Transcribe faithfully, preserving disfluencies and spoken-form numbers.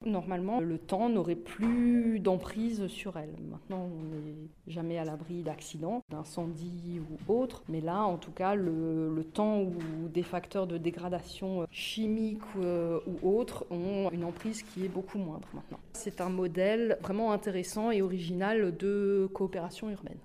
Normalement, le temps n'aurait plus d'emprise sur elle. Maintenant, on n'est jamais à l'abri d'accidents, d'incendies ou autres. Mais là, en tout cas, le, le temps où des facteurs de dégradation chimique ou, euh, ou autres ont une emprise qui est beaucoup moindre maintenant. C'est un modèle vraiment intéressant et original de coopération urbaine.